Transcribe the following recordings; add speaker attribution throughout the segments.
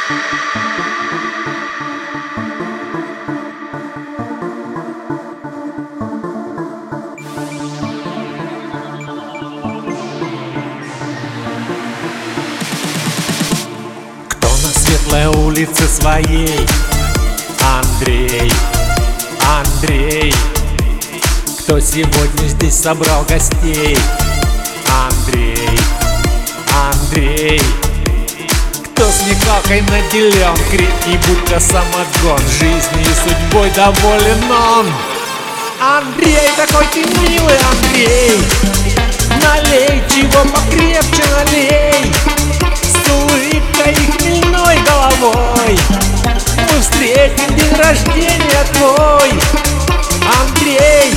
Speaker 1: Светлой улице своей Андрей, Андрей. Кто сегодня здесь собрал гостей? Андрей, Андрей. Кто с Михалкой наделен, крепкий будто самогон, жизнью и судьбой доволен он. Андрей, такой ты милый, Андрей. Налей, чего покрепче налей, с улыбкой и хмельной головой мы встретим день рождения твой, Андрей.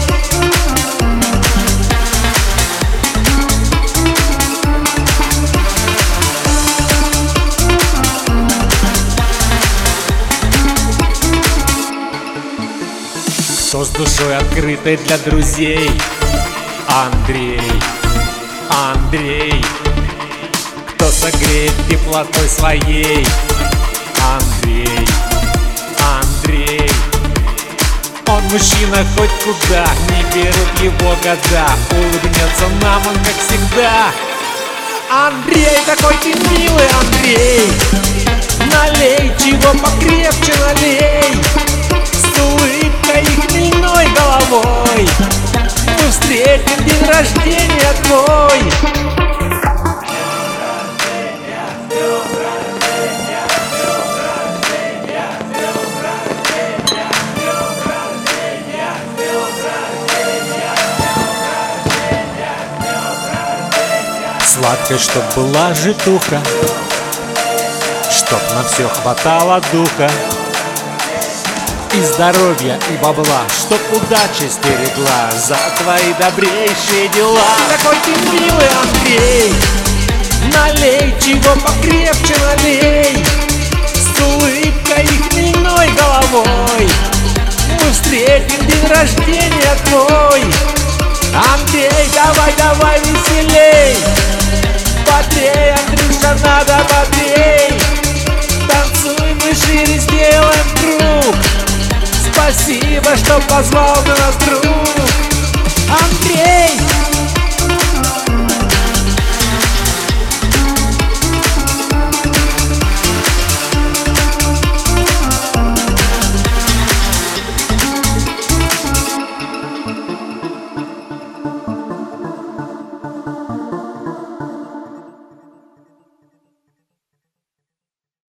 Speaker 1: Кто с душой открытой для друзей? Андрей, Андрей. Кто согреет теплотой своей? Андрей, Андрей. Он мужчина хоть куда, не берут его года, улыбнется нам он как всегда. Андрей, такой ты милый, Андрей. Налей, чего покрепче налей, с улыбкой и хмельной головой мы встретим день рождения твой. Сладкой, чтоб была житуха, чтоб на все хватало духа и здоровья, и бабла, чтоб удача стерегла за твои добрейшие дела. Какой ты милый, Андрей. Налей, чего покрепче налей, с улыбкой и хмельной головой мы встретим день рождения твой. Андрей, давай, давай веселей, бодрее.